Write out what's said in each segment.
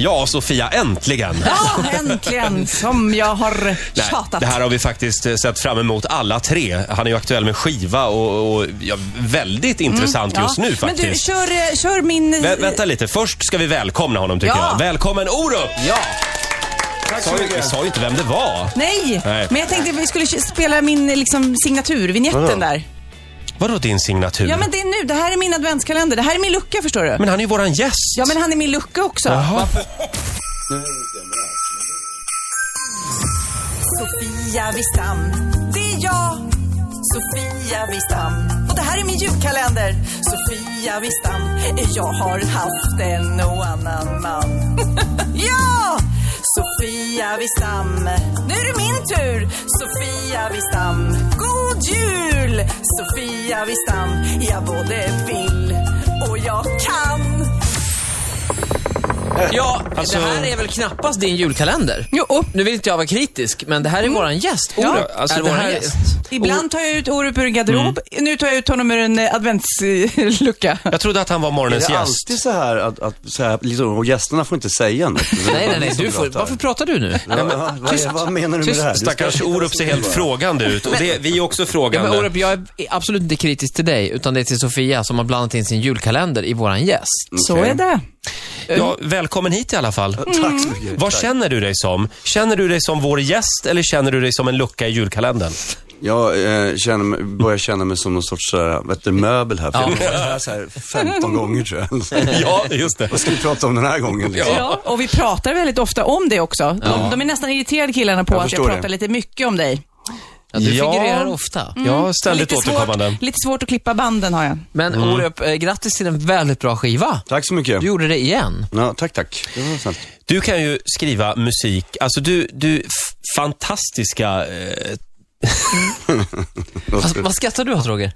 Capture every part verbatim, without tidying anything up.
Ja, Sofia, äntligen. Ja, äntligen, som jag har tjatat. Nej, det här har vi faktiskt sett fram emot alla tre. Han är ju aktuell med skiva och, och ja, väldigt intressant mm, ja. just nu faktiskt. Men du, kör, kör min... Vä vänta lite, först ska vi välkomna honom tycker ja. jag. Välkommen Orup! Ja. Jag sa, jag sa ju inte vem det var. Nej, Nej, men jag tänkte att vi skulle spela min liksom, signatur, vignetten där. Vadå din signatur? Ja, men det är nu. Det här är min adventskalender. Det här är min lucka, förstår du? Men han är ju våran gäst. Ja, men han är min lucka också. Jaha. Sofia Wistam, det är jag. Sofia Wistam. Och det här är min julkalender. Sofia Wistam, jag har haft en och annan man. Ja! Sofia Wistam, nu är det min tur. Sofia Wistam, god jul. Sofia Wistam, jag både vill och jag kan. Ja, alltså... det här är väl knappast din julkalender. Jo. Nu vill inte jag vara kritisk, men det här är mm. våran gäst. Orup ja, alltså är det våran här... gäst. Ibland tar jag ut Orup ur en garderob. Mm. Nu tar jag ut honom ur en adventslucka. Jag trodde att han var morgonens gäst. Det är alltid så här att, att så här, liksom, och gästerna får inte säga något. nej, nej, nej. Du får, varför pratar du nu? Ja, men, vad, vad, vad menar du med det här? Stackars Orup ser helt frågande ut. Och det, vi är också frågande. Ja, men Orup, jag är absolut inte kritisk till dig, utan det är till Sofia som har blandat in sin julkalender i våran gäst. Okay. Så är det. Ja, välkommen hit i alla fall. Mm. Tack så mycket. Vad känner du dig som? Känner du dig som vår gäst eller känner du dig som en lucka i julkalendern? Jag eh, känner mig, börjar känna mig som någon sorts äh, vet du, möbel här. För ja. jag har varit här så här femton gånger tror jag. Ja, just det. Vad ska vi prata om den här gången? Liksom? Ja, och vi pratar väldigt ofta om det också. De, ja. de är nästan irriterade killarna på jag att jag pratar det. lite mycket om dig. Ja, du ja. figurerar ofta. Mm. Ja, ständigt lite återkommande. Svårt, lite svårt att klippa banden har jag. Men mm. Orup, eh, grattis till en väldigt bra skiva. Tack så mycket. Du gjorde det igen. Ja, tack, tack. Det var sant. Du kan ju skriva musik. Alltså du, du fantastiska... Eh... vad, vad skrattar du åt, Roger?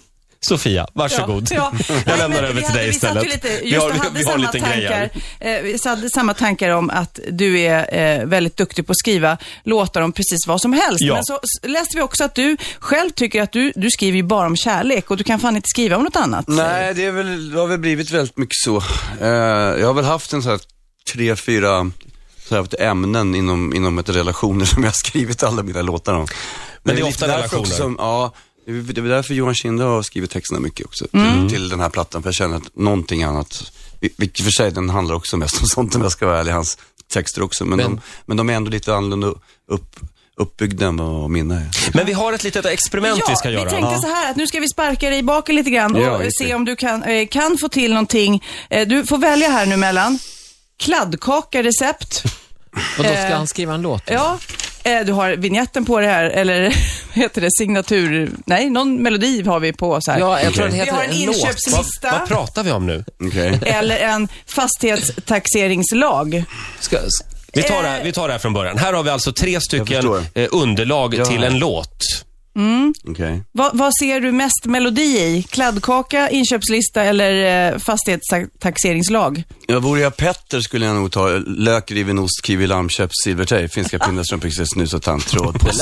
Sofia, varsågod. Ja, ja. Jag lämnar över till dig istället. Lite, vi har, vi, vi har lite tankar, grejer. Eh, vi hade samma tankar om att du är eh, väldigt duktig på att skriva låtar om precis vad som helst. Ja. Men så läste vi också att du själv tycker att du, du skriver ju bara om kärlek och du kan fan inte skriva om något annat. Nej, det, är väl, det har väl blivit väldigt mycket så. Eh, jag har väl haft en så här tre, fyra så här ämnen inom, inom ett relationer som jag har skrivit alla mina låtar om. Men, Men det är ofta relationer. Också, ja, det är därför Johan Kinde har skrivit texterna mycket också till, mm. till den här plattan. För jag känner att någonting annat, vilket för sig den handlar också mest om sånt om jag ska vara ärlig, hans texter också. Men, men, de, men de är ändå lite annorlunda upp, uppbyggda än vad mina är. Men vi har ett litet experiment ja, vi ska göra. vi tänkte så här att nu ska vi sparka dig i baken lite grann och ja, se om du kan, eh, kan få till någonting. Eh, du får välja här nu mellan kladdkaka-recept. Och då ska han skriva en låt? Ja. Du har vignetten på det här, eller heter det signatur? Nej, någon melodi har vi på så här. Ja, jag tror okay. det heter vi har en, en inköpslista. Vad, vad pratar vi om nu? Okay. Eller en fastighetstaxeringslag. Ska, vi, tar det här, vi tar det här från början. Här har vi alltså tre stycken eh, underlag ja. till en låt. Mm. Okay. Va, vad ser du mest melodi i? Kladdkaka, inköpslista eller eh, fastighetstaxeringslag? Jag vore jag Petter skulle jag nog ta lök, riven ost, kiwi, lammköp, silvertej, finska pinnar, strumpbyxor, snus och tandtråd på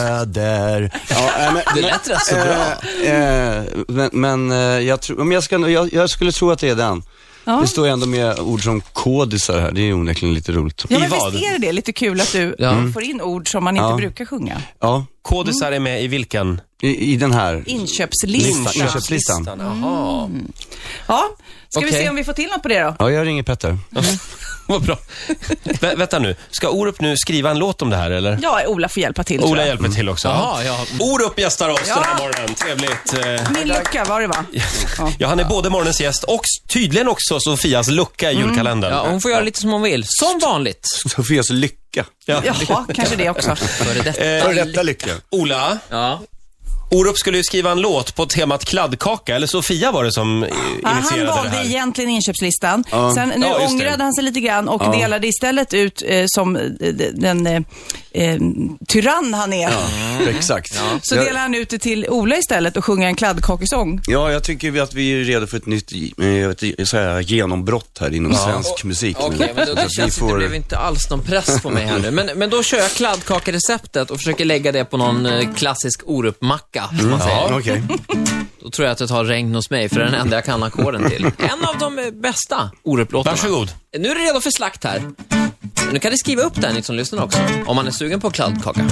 söder. Ja, äh, men, det lät rätt så bra. Äh, äh, men men äh, jag, tro, om jag, ska, jag, jag skulle tro att det är den. Ja. Det står ju ändå med ord som kodisar här. Det är onekligen lite roligt. Ja, men visst är det lite kul att du ja. får in ord som man inte ja. brukar sjunga. Ja. Kodisar mm. är med i vilken? I, i den här. Inköpslistan. Inköpslistan. Jaha. Mm. Ja, ska okay. vi se om vi får till något på det då? Ja, jag ringer Petter. Mm. Vad bra. Vä vänta nu. Ska Orup nu skriva en låt om det här, eller? Ja, Ola får hjälpa till. Ola hjälper till också. Mm. Aha, ja. Orup gästar oss ja. den här morgonen. Trevligt. Min lucka var det, va? Ja, ja han är både morgonens gäst och tydligen också Sofias lucka i mm. julkalendern. Ja, hon får göra lite som hon vill. Som vanligt. Sofias lycka. Ja. Jaha, kanske det också. För detta, eh, För detta lycka. Ola? Ja. Orup skulle ju skriva en låt på temat kladdkaka, eller Sofia var det som ja, initierade det här. Han valde egentligen inköpslistan. Ja. Sen nu ja, ångrade han sig lite grann och ja. delade istället ut eh, som eh, den eh, eh, tyrann han är. Ja, exakt. Ja. Så delar han ut det till Ola istället och sjunger en kladdkakesång. Ja, jag tycker att vi är redo för ett nytt eh, så här, genombrott här inom ja. svensk och, musik. Okej, okay, men då, det känns får... det blev inte alls någon press på mig här nu. Men, men då kör jag kladdkakereceptet och försöker lägga det på någon eh, klassisk Orup-macka. Mm. Ja, okej. Okay. Då tror jag att jag tar Regn hos mig, för den enda jag kan ackorden till. En av de bästa Orup-låtarna. Varsågod. Nu är det redo för slakt här. Nu kan ni skriva upp den, ni som lyssnar också, om man är sugen på kladdkaka.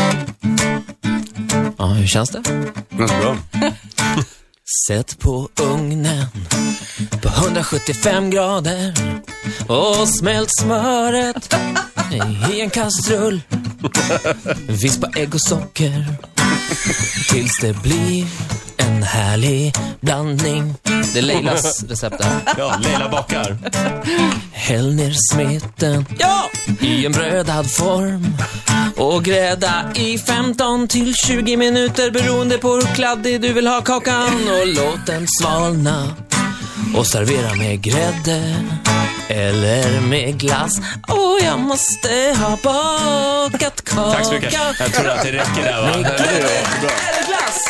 Ja, hur känns det? Ganska bra. Sätt på ugnen på hundrasjuttiofem grader och smält smöret i en kastrull. Vispa ägg och socker tills det blir en härlig blandning. Det är Leilas recept där. Ja, Leila bakar. Häll ner smeten, ja, i en brödad form och grädda i femton till tjugo minuter beroende på hur kladdig du vill ha kakan, och låt den svalna och servera med grädde eller med glass. Åh, jag måste ha bakat kaka. Tack så mycket. Jag tror att det räcker där, va? Med grädde eller glass.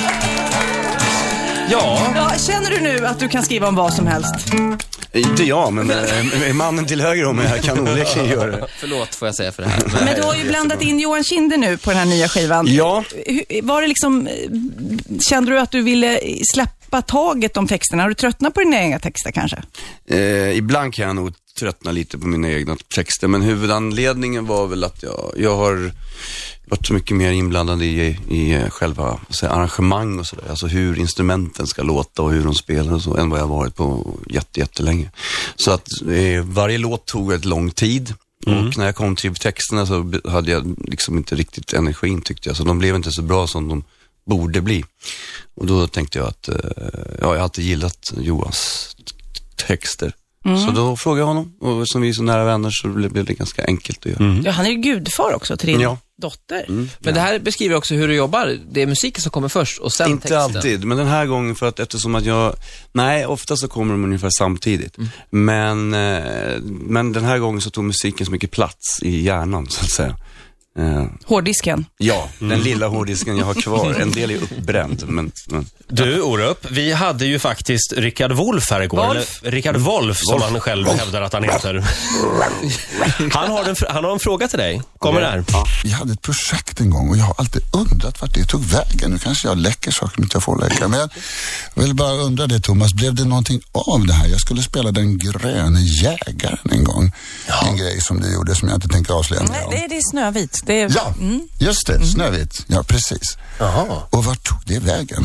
Ja. Ja, känner du nu att du kan skriva om vad som helst? Inte jag, men äh, mannen till höger om mig här kan onekligen göra det. Förlåt får jag säga för det här. Men, Men du har ju blandat in Johan Kinder nu på den här nya skivan. Ja. Hur- Var det liksom, kände du att du ville släppa taget om texterna? Har du tröttnat på dina egna texter kanske? Eh, ibland kan jag nog tröttna lite på mina egna texter, men huvudanledningen var väl att jag, jag har varit så mycket mer inblandad i, i själva så här, arrangemang och sådär. Alltså hur instrumenten ska låta och hur de spelar och så, än vad jag har varit på jätte, jättelänge. Så att eh, varje låt tog ett lång tid. Mm. Och när jag kom till texterna så hade jag liksom inte riktigt energin, tyckte jag. Så de blev inte så bra som de borde bli. Och då tänkte jag att eh, ja, jag har alltid gillat Johans texter. Mm. Så då frågade jag honom, och som vi är så nära vänner så blev det ganska enkelt att göra. Mm. Ja, han är ju gudfar också till din Ja. dotter. Mm. Men det här beskriver också hur du jobbar. Det är musiken som kommer först och sen Inte texten. alltid, men den här gången för att eftersom att jag, nej, ofta så kommer de ungefär samtidigt. Mm. Men, eh, men den här gången så tog musiken så mycket plats i hjärnan, så att säga. Eh, Hårddisken. ja, mm. den lilla hårddisken jag har kvar. En del är uppbränd, men... men Du, Orup, vi hade ju faktiskt Rickard Wolff här igår. Wolff. Eller, Rickard Wolff, som han själv hävdar att han heter. Han har en, han har en fråga till dig. Kommer Ja. där. Ja. Vi hade ett projekt en gång och jag har alltid undrat vart det tog vägen. Nu kanske jag läcker saker som inte jag får läcka. Men jag vill bara undra det, Thomas. Blev det någonting av det här? Jag skulle spela Den gröne jägaren en gång. Ja. En grej som du gjorde som jag inte tänker avslöja mer Nej, om. det är, det är Snövit. Det är, Ja, mm. just det. Snövit. Ja, precis. Jaha. Och vart tog det vägen?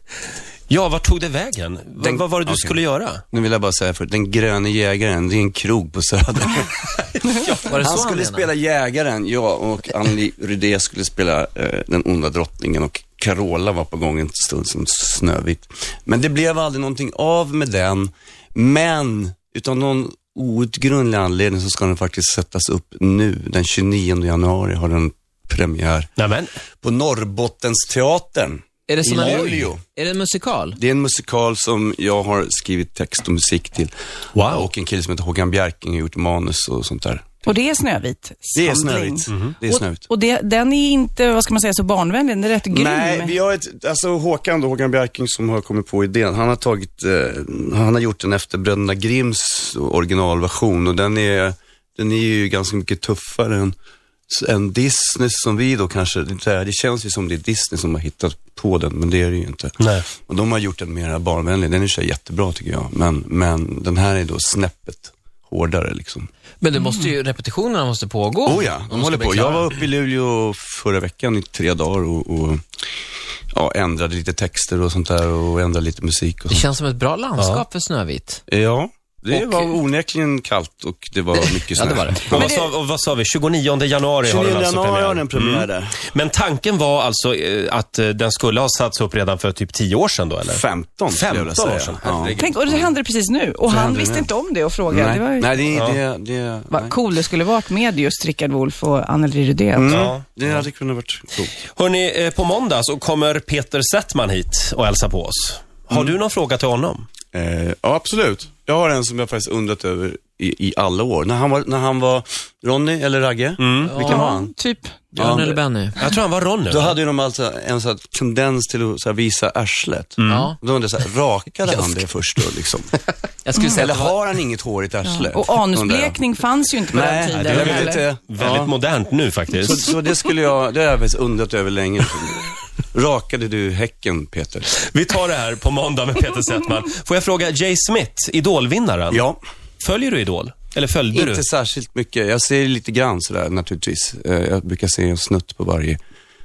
Ja, vart tog det vägen? Den, Den- vad var det du okej. skulle göra? Nu vill jag bara säga för Den gröne jägaren, det är en krog på Söder. Var det så Han skulle menade? spela jägaren, ja, och Anneli Rydé skulle spela eh, den onda drottningen, och Carola var på gång en stund som Snövit. Men det blev aldrig någonting av med den, men utan någon outgrundlig anledning så ska den faktiskt sättas upp nu. Den tjugonionde januari har den premiär Nämen. på Norrbottensteatern. Är det som i en, Luleå. är det en musikal? Det är en musikal som jag har skrivit text och musik till. Wow. Och en kille som heter Håkan Bjerking har gjort manus och sånt där. Och det är Snövit. Det är handling. Snövit. Det är Och, Snövit. och det, den är inte, vad ska man säga, så barnvänlig. Den är rätt grym. Nej, vi har ett, alltså Håkan då, Håkan Bjerking som har kommit på idén. Han har tagit, eh, han har gjort den efter Bröderna Grimms originalversion, och den är, den är ju ganska mycket tuffare än, än Disney som vi då kanske, det känns ju som det är Disney som har hittat på den, men det är det ju inte. Nej. Och de har gjort den mer barnvänlig. Den är så jättebra tycker jag, men, men den här är då snäppet hårdare liksom. Men det måste ju, repetitionerna måste pågå. Oh ja, de måste håller bli på. klara. Jag var uppe i Luleå förra veckan i tre dagar och, och ja, ändrade lite texter och sånt där och ändrade lite musik och Det sånt. känns som ett bra landskap för Snövit. Ja, det Och- var onekligen kallt och det var mycket Ja, snö. det var det. Och vad, sa, och vad sa vi? tjugonionde januari har den tjugonionde alltså januari premiär. har den premiär Mm. där. Men tanken var alltså eh, att eh, den skulle ha satts upp redan för typ tio år sedan då, eller? femton skulle jag vilja femton år säga. sedan. Ja. Herregud. Tänk, och det hände precis nu. Och han hände visste nu. inte om det och frågade. Nej, Det var ju, nej, det, Ja. det, det, vad nej. cool det skulle varit med just Rickard Wolff och Anneli Rydé. Mm, Ja. det hade kunnat varit coolt. Hörrni, eh, på måndag så kommer Peter Settman hit och hälsa på oss. Har du någon fråga till honom? Eh, ja, absolut. Jag har en som jag faktiskt undrat över i, i alla år. När han var, när han var Ronny eller Ragge, vilken var han? Typ. Björn Ja. eller Benny? Jag tror han var Ronny. Då hade ju de alltså en sån här tendens till att så här, visa arslet. Ja. Då undrar jag så här, rakade han det först då liksom? Jag skulle säga Eller att det var, har han inget hår i ett arsle? Och anusblekning fanns ju inte på den Nej, tiden. jag vet eller? inte. Väldigt Ja. modernt nu Så, faktiskt. så det skulle jag, det har jag faktiskt undrat över länge. rakade du häcken, Peter? Vi tar det här på måndag med Peter Settman. Får jag fråga, Jay Smith, Idolvinnaren? Ja. Följer du Idol? Eller följde Inte du? särskilt mycket. Jag ser lite grann sådär naturligtvis. Jag brukar se en snutt på varje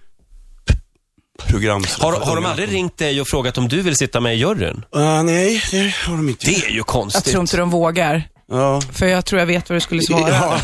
program. Har, har de aldrig ringt dig och frågat om du vill sitta med i juryn? Uh, nej, det har de inte. Det är ju konstigt. Jag tror inte de vågar. Ja. För jag tror jag vet vad du skulle svara. Ja,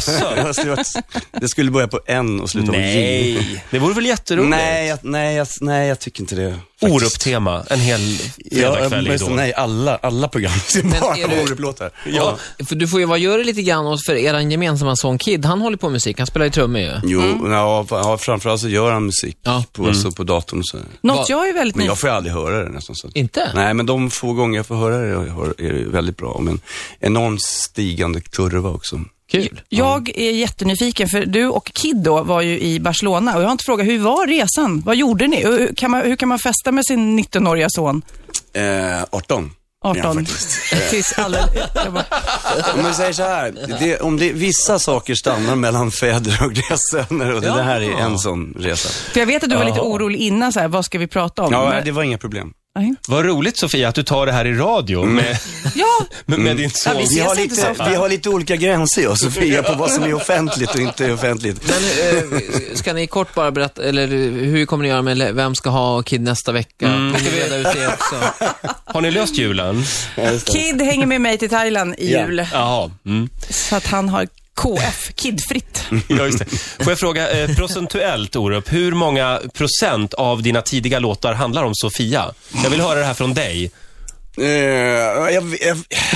det skulle börja på en och sluta på J. Nej, det vore väl jätteroligt. Nej, jag, nej, jag, nej, jag tycker inte det. Orup-tema, en hel fredagkväll ja, i Idol. Nej, alla, alla program är bara är du- Orup-låtar. Ja. För du får ju vara göra lite grann åt för eran gemensamma son Kid. Han håller på med musik, han spelar ju trummor ju. Jo, ja, ja, framförallt så gör han musik Ja. på, alltså, på datorn och så. Något Vad- jag är väldigt Men nyfiken. jag får aldrig höra det nästan så. Inte? Nej, men de få gånger jag får höra det jag hör, är det väldigt bra. Men enormt stigande kurva också. Kul. Jag är jättenyfiken, för du och Kid då var ju i Barcelona och jag har inte frågat, hur var resan? Vad gjorde ni? Och Hur kan man, hur kan man festa med sin nittonåriga son? Eh, arton. Ja, arton. faktiskt. Tills alldeles... jag bara- Om man säger så här, det, om det, vissa saker stannar mellan fäder och deras söner och det, Ja. det här är en sån resa. För jag vet att du var lite Jaha. orolig innan, så här, vad ska vi prata om? Ja, Men- det var inga problem. Nej. Vad roligt, Sofia, att du tar det här i radio med, Ja, med, med din son. Ja, vi Vi har, ses inte så lite, ofta. vi har lite olika gränser, jag och Sofia, på vad som är offentligt och inte offentligt. Men eh, ska ni kort bara berätta, eller hur kommer ni göra med vem ska ha Kid nästa vecka? Mm. Ska vi reda ut det också? Har ni löst julen? Kid hänger med mig till Thailand i Ja. jul. Jaha. Mm. Så att han har K F, kidfritt. Ja, just det. Får jag fråga, eh, procentuellt, Orup, hur många procent av dina tidiga låtar handlar om Sofia? Jag vill höra det här från dig. Eh, jag, jag,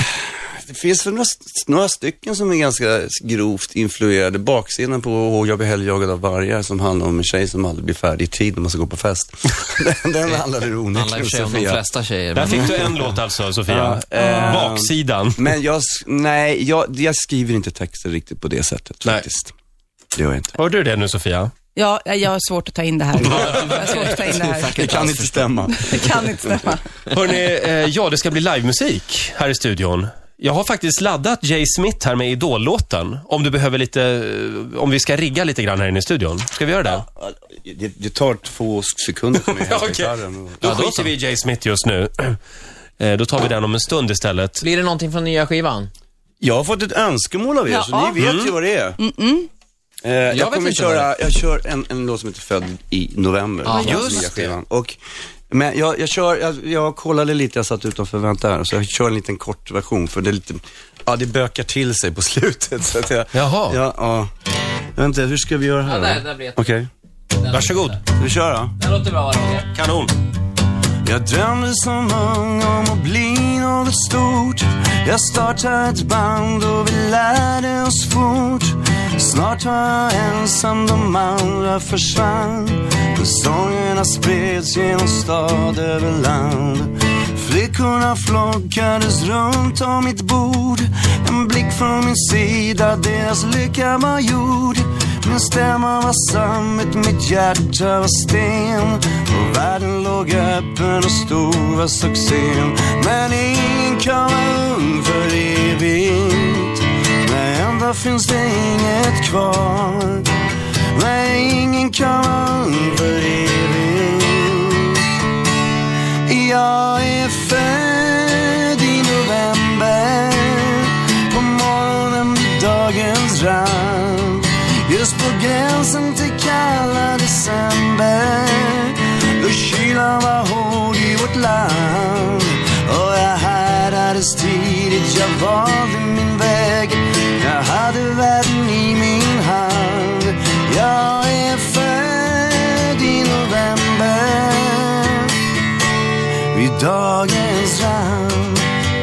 det finns väl några, några stycken som är ganska grovt influerade. Baksidan på Åh, jag blir helgjagad av vargar, som handlar om en tjej som aldrig blir färdig i tid när man ska gå på fest. den den handlar det Det handlar i onekligen och för sig om de Sofia. flesta tjejer. Där Men... fick du en låt alltså, Sofia. Ja, eh, Baksidan. Men jag, nej, jag, jag skriver inte texter riktigt på det sättet Nej. faktiskt. Det gör jag inte. Hör du det nu, Sofia? Ja, jag har svårt att ta in det här. Jag har svårt att ta in det här. Det kan inte stämma. Det kan inte stämma. Hörrni, eh, ja, det ska bli livemusik här i studion. Jag har faktiskt laddat Jay Smith här med Idol-låten. Om du behöver lite, eh, om vi ska rigga lite grann här inne i studion. Ska vi göra det? Det, det tar två sekunder för mig. Ja, okej. Då skiter vi i Jay Smith just nu. Eh, då tar vi den om en stund istället. Blir det någonting från nya skivan? Jag har fått ett önskemål av er, Ja. så ni vet ju vad det är. Eh, jag vet kommer inte vad köra, jag kör en, en låt som heter Född i november. Ja, den just nya det. skivan. Och, men jag, jag kör, jag, jag kollade lite, jag satt utanför vänta här, så jag kör en liten kort version, för det är lite, ja det bökar till sig på slutet. Så att jag, Jaha. Ja, ja. Vänta, hur ska vi göra här Ja, då? där, där blir det. Okej, Varsågod. ska vi köra? Det låter bra, Roger. Kanon. Jag drömde som ung om att bli något stort. Jag startade ett band och vi lärde oss fort. Snart var jag ensam, de andra försvann. Och sångerna spreds genom stad över land. Flickorna flockades runt om mitt bord. En blick från min sida, deras lycka var gjord. Min stämma var sammet, mitt hjärta var sten. Och världen låg öppen och stor var succén. Men ingen kan vara ung för evigt. Nej, ändå finns det inget kvar. Nej, ingen kan vara ung för evigt. Jag är född i november. På morgonen vid dagens rand. Just på gränsen till kalla december. Då kylan var hård i vårt land. Och jag härdades tidigt, jag valde min väg. Jag hade världen i min hand. Jag är född i november. Vid dagens rand.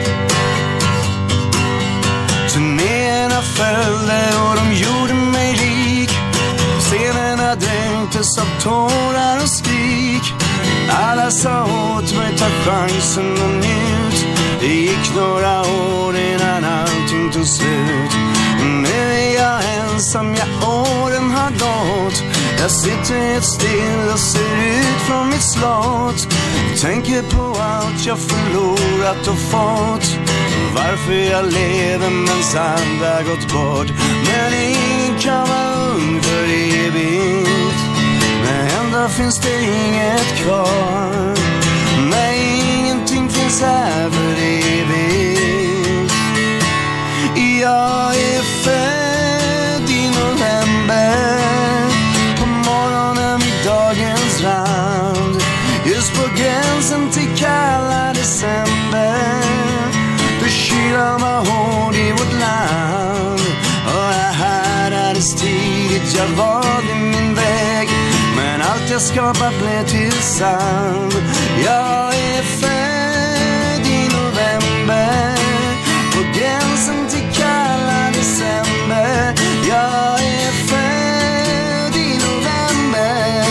Turnéerna följde och de gjorde mig rik. Scenerna dränktes av tårar och skrik. Alla sa åt mig, ta chansen och njut. Det gick några år innan allting tog slut. Nu är jag ensam, ja åren har gått. Jag sitter helt still och ser ut från mitt slott. Tänker på allt jag förlorat och fått. Varför jag lever mens andra gått bort. Men ingen kan vara ung för evigt. Men ändå så finns det inget kvar. Nej, ingenting finns här för evigt. Jag är född i november, på morgonen vid dagens rand, just på gränsen till kalla december. För kylan var hård i vårt land, och jag härdades tidigt, jag valde min väg. Men allt jag skapat blev till sand. Jag är född i november, på gränsen till kalla december. Jag är född i november,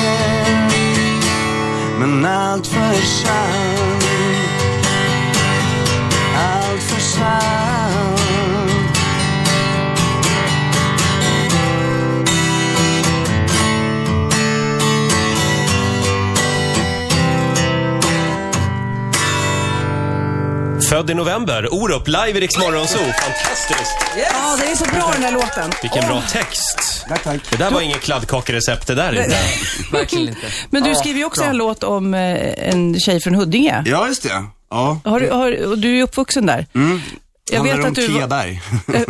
men allt försvann, allt försvann. Född i november, Orup, live i Rix Morgonzoo. Fantastiskt. Yes. Ja, det är så bra den här låten. Vilken oh. bra text. Tack, tack. Det där var ingen kladdkakerecept det där inte. Verkligen inte. Men du skriver ju också en låt om eh, en tjej från Huddinge. Ja, just det. Ja. Har du, har, och du är uppvuxen där. Mm. Jag vet om att du Kia var... Berg.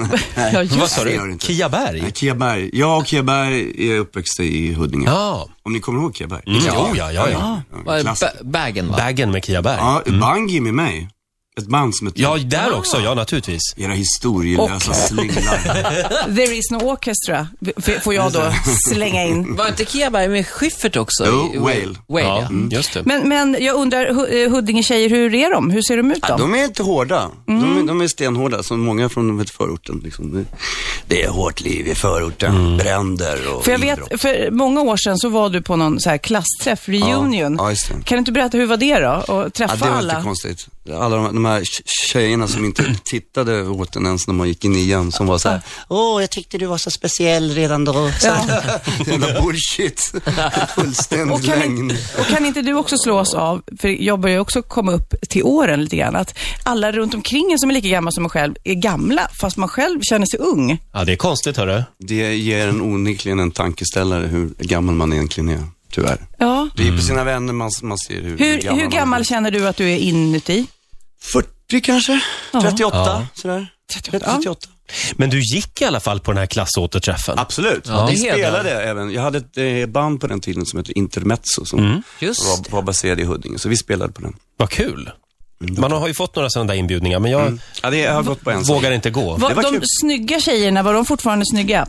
Ja, just Vad sa det gör det du? inte. Kia Berg? Nej, Kia Berg. Jag och Kia Berg är uppväxta i Huddinge. Ja. Om ni kommer ihåg Kia Berg. Mm. Ja, ja, ja. ja. Vad är Klass. ba- bagen va? Baggen med Kia Berg. Ja, Bangi med mig. Ett band som heter... Ja, där också. Ja, naturligtvis. Era historielösa slinglar. There is no orchestra, f- får jag då slänga in. Var inte Kia Berg med Schyffert också? Jo, I- Whale. Whale, Ja, ja. mm, just det. Men, men jag undrar, Hu- Huddinge-tjejer, hur är de? Hur ser de ut då? Ja, de är inte hårda. De, är, de är stenhårda, som många från vet, förorten. Liksom. Det är hårt liv i förorten. Mm. Bränder och För jag idrott. vet, för många år sedan så var du på någon så här klassträff, reunion. Ja, just det. Kan du inte berätta, hur var det då? Och Ja, träffa det var alla? inte konstigt. Alla de, de här tjejerna som inte tittade åt den ens när man gick in igen, som var så här: åh, jag tyckte du var så speciell redan då. Så Ja. det var bullshit. Fullständig Och kan, lögn. inte, och kan inte du också slås av, för jag börjar ju också komma upp till åren lite grann, att alla runt omkring en som är lika gamla som man själv är gamla, fast man själv känner sig ung. Ja, det är konstigt, hörru. Det ger en onekligen en tankeställare hur gammal man egentligen är, tyvärr. Ja. Det är på sina vänner man, man ser hur, Hur, hur man gammal är. känner du att du är inuti? fyrtio kanske? Ja. trettioåtta, Ja. sådär. trettioåtta. trettio, trettioåtta. Men du gick i alla fall på den här klassåterträffen. Absolut. Ja, Vi det är spelade även. Jag hade ett eh, band på den tiden som heter Intermezzo som Mm. Just var, var baserad i Huddinge. Så vi spelade på den. Vad kul. Man har ju fått några sådana där inbjudningar, men jag Mm. Ja, det jag har gått på en sak. vågar inte gå. Var, Det var de kul. snygga tjejerna, var de fortfarande snygga?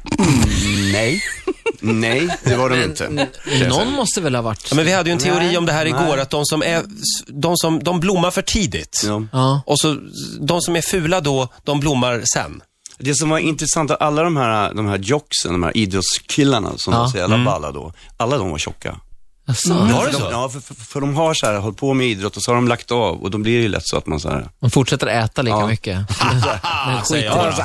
Nej. Nej, det var de inte. Någon måste väl ha varit... Ja, men vi hade ju en teori Nej, om det här igår, nej. att de som är, de som, de blommar för tidigt. Ja. Ja. Och så, de som är fula då, de blommar sen. Det som var intressant, att alla de här, de här jocksen, de här idrottskillarna som Ja. var så jävla balla då, alla de var tjocka. Alltså, Var det de, så? Ja, för, för, för de har så här, hållit på med idrott och så har de lagt av och då blir det ju lätt så att man så här, man fortsätter äta lika Ja. mycket. Säger jag bara.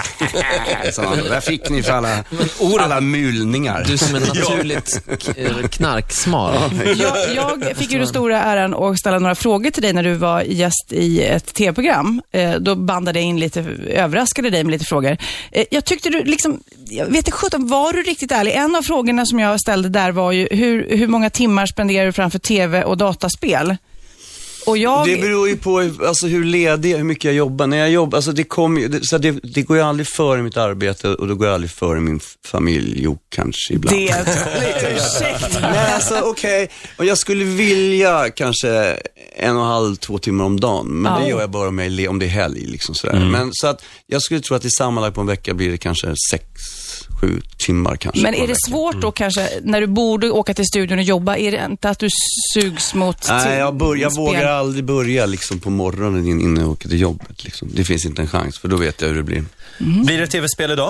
så man, där fick ni för alla, alla mulningar. Du som är naturligt k- knarksmal. Jag, jag fick ju den stora äran att ställa några frågor till dig när du var gäst i ett tv-program. Eh, då bandade jag in lite, överraskade dig med lite frågor. Eh, jag tyckte du liksom, jag vet inte sjutton, var du riktigt ärlig? En av frågorna som jag ställde där var ju, hur, hur många timmar spenderar du framför tv och dataspel? Och jag... Det beror ju på alltså, hur ledig, hur mycket jag jobbar. När jag jobbar, alltså det kommer ju, det, så det, det går ju aldrig före mitt arbete och då går jag aldrig före min familj, jo kanske ibland. Det är ursäkt. Nej, alltså okej. Okay. Och jag skulle vilja kanske en och en halv, två timmar om dagen. Men Ja. det gör jag bara om, jag, är le- om det är helg liksom sådär. Mm. Men så att jag skulle tro att i sammanlagt på en vecka blir det kanske sex, sju timmar kanske. Men på är en det vecka. svårt då kanske, när du borde åka till studion och jobba, är det inte att du sugs mot... Nej, jag, bör, jag spel? vågar aldrig börja liksom på morgonen in- innan jag åker till jobbet. Liksom. Det finns inte en chans, för då vet jag hur det blir. Blir det tv-spel idag?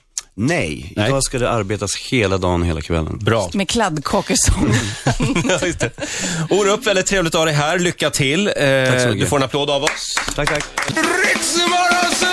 Nej, Nej. idag ska det arbetas hela dagen, hela kvällen. Bra. Med kladdkakesång. Ja, just det. Orup, väldigt trevligt att ha dig här. Lycka till. Eh, Tack så mycket. du får en applåd av oss. Tack, tack. Rix Morgonzoo!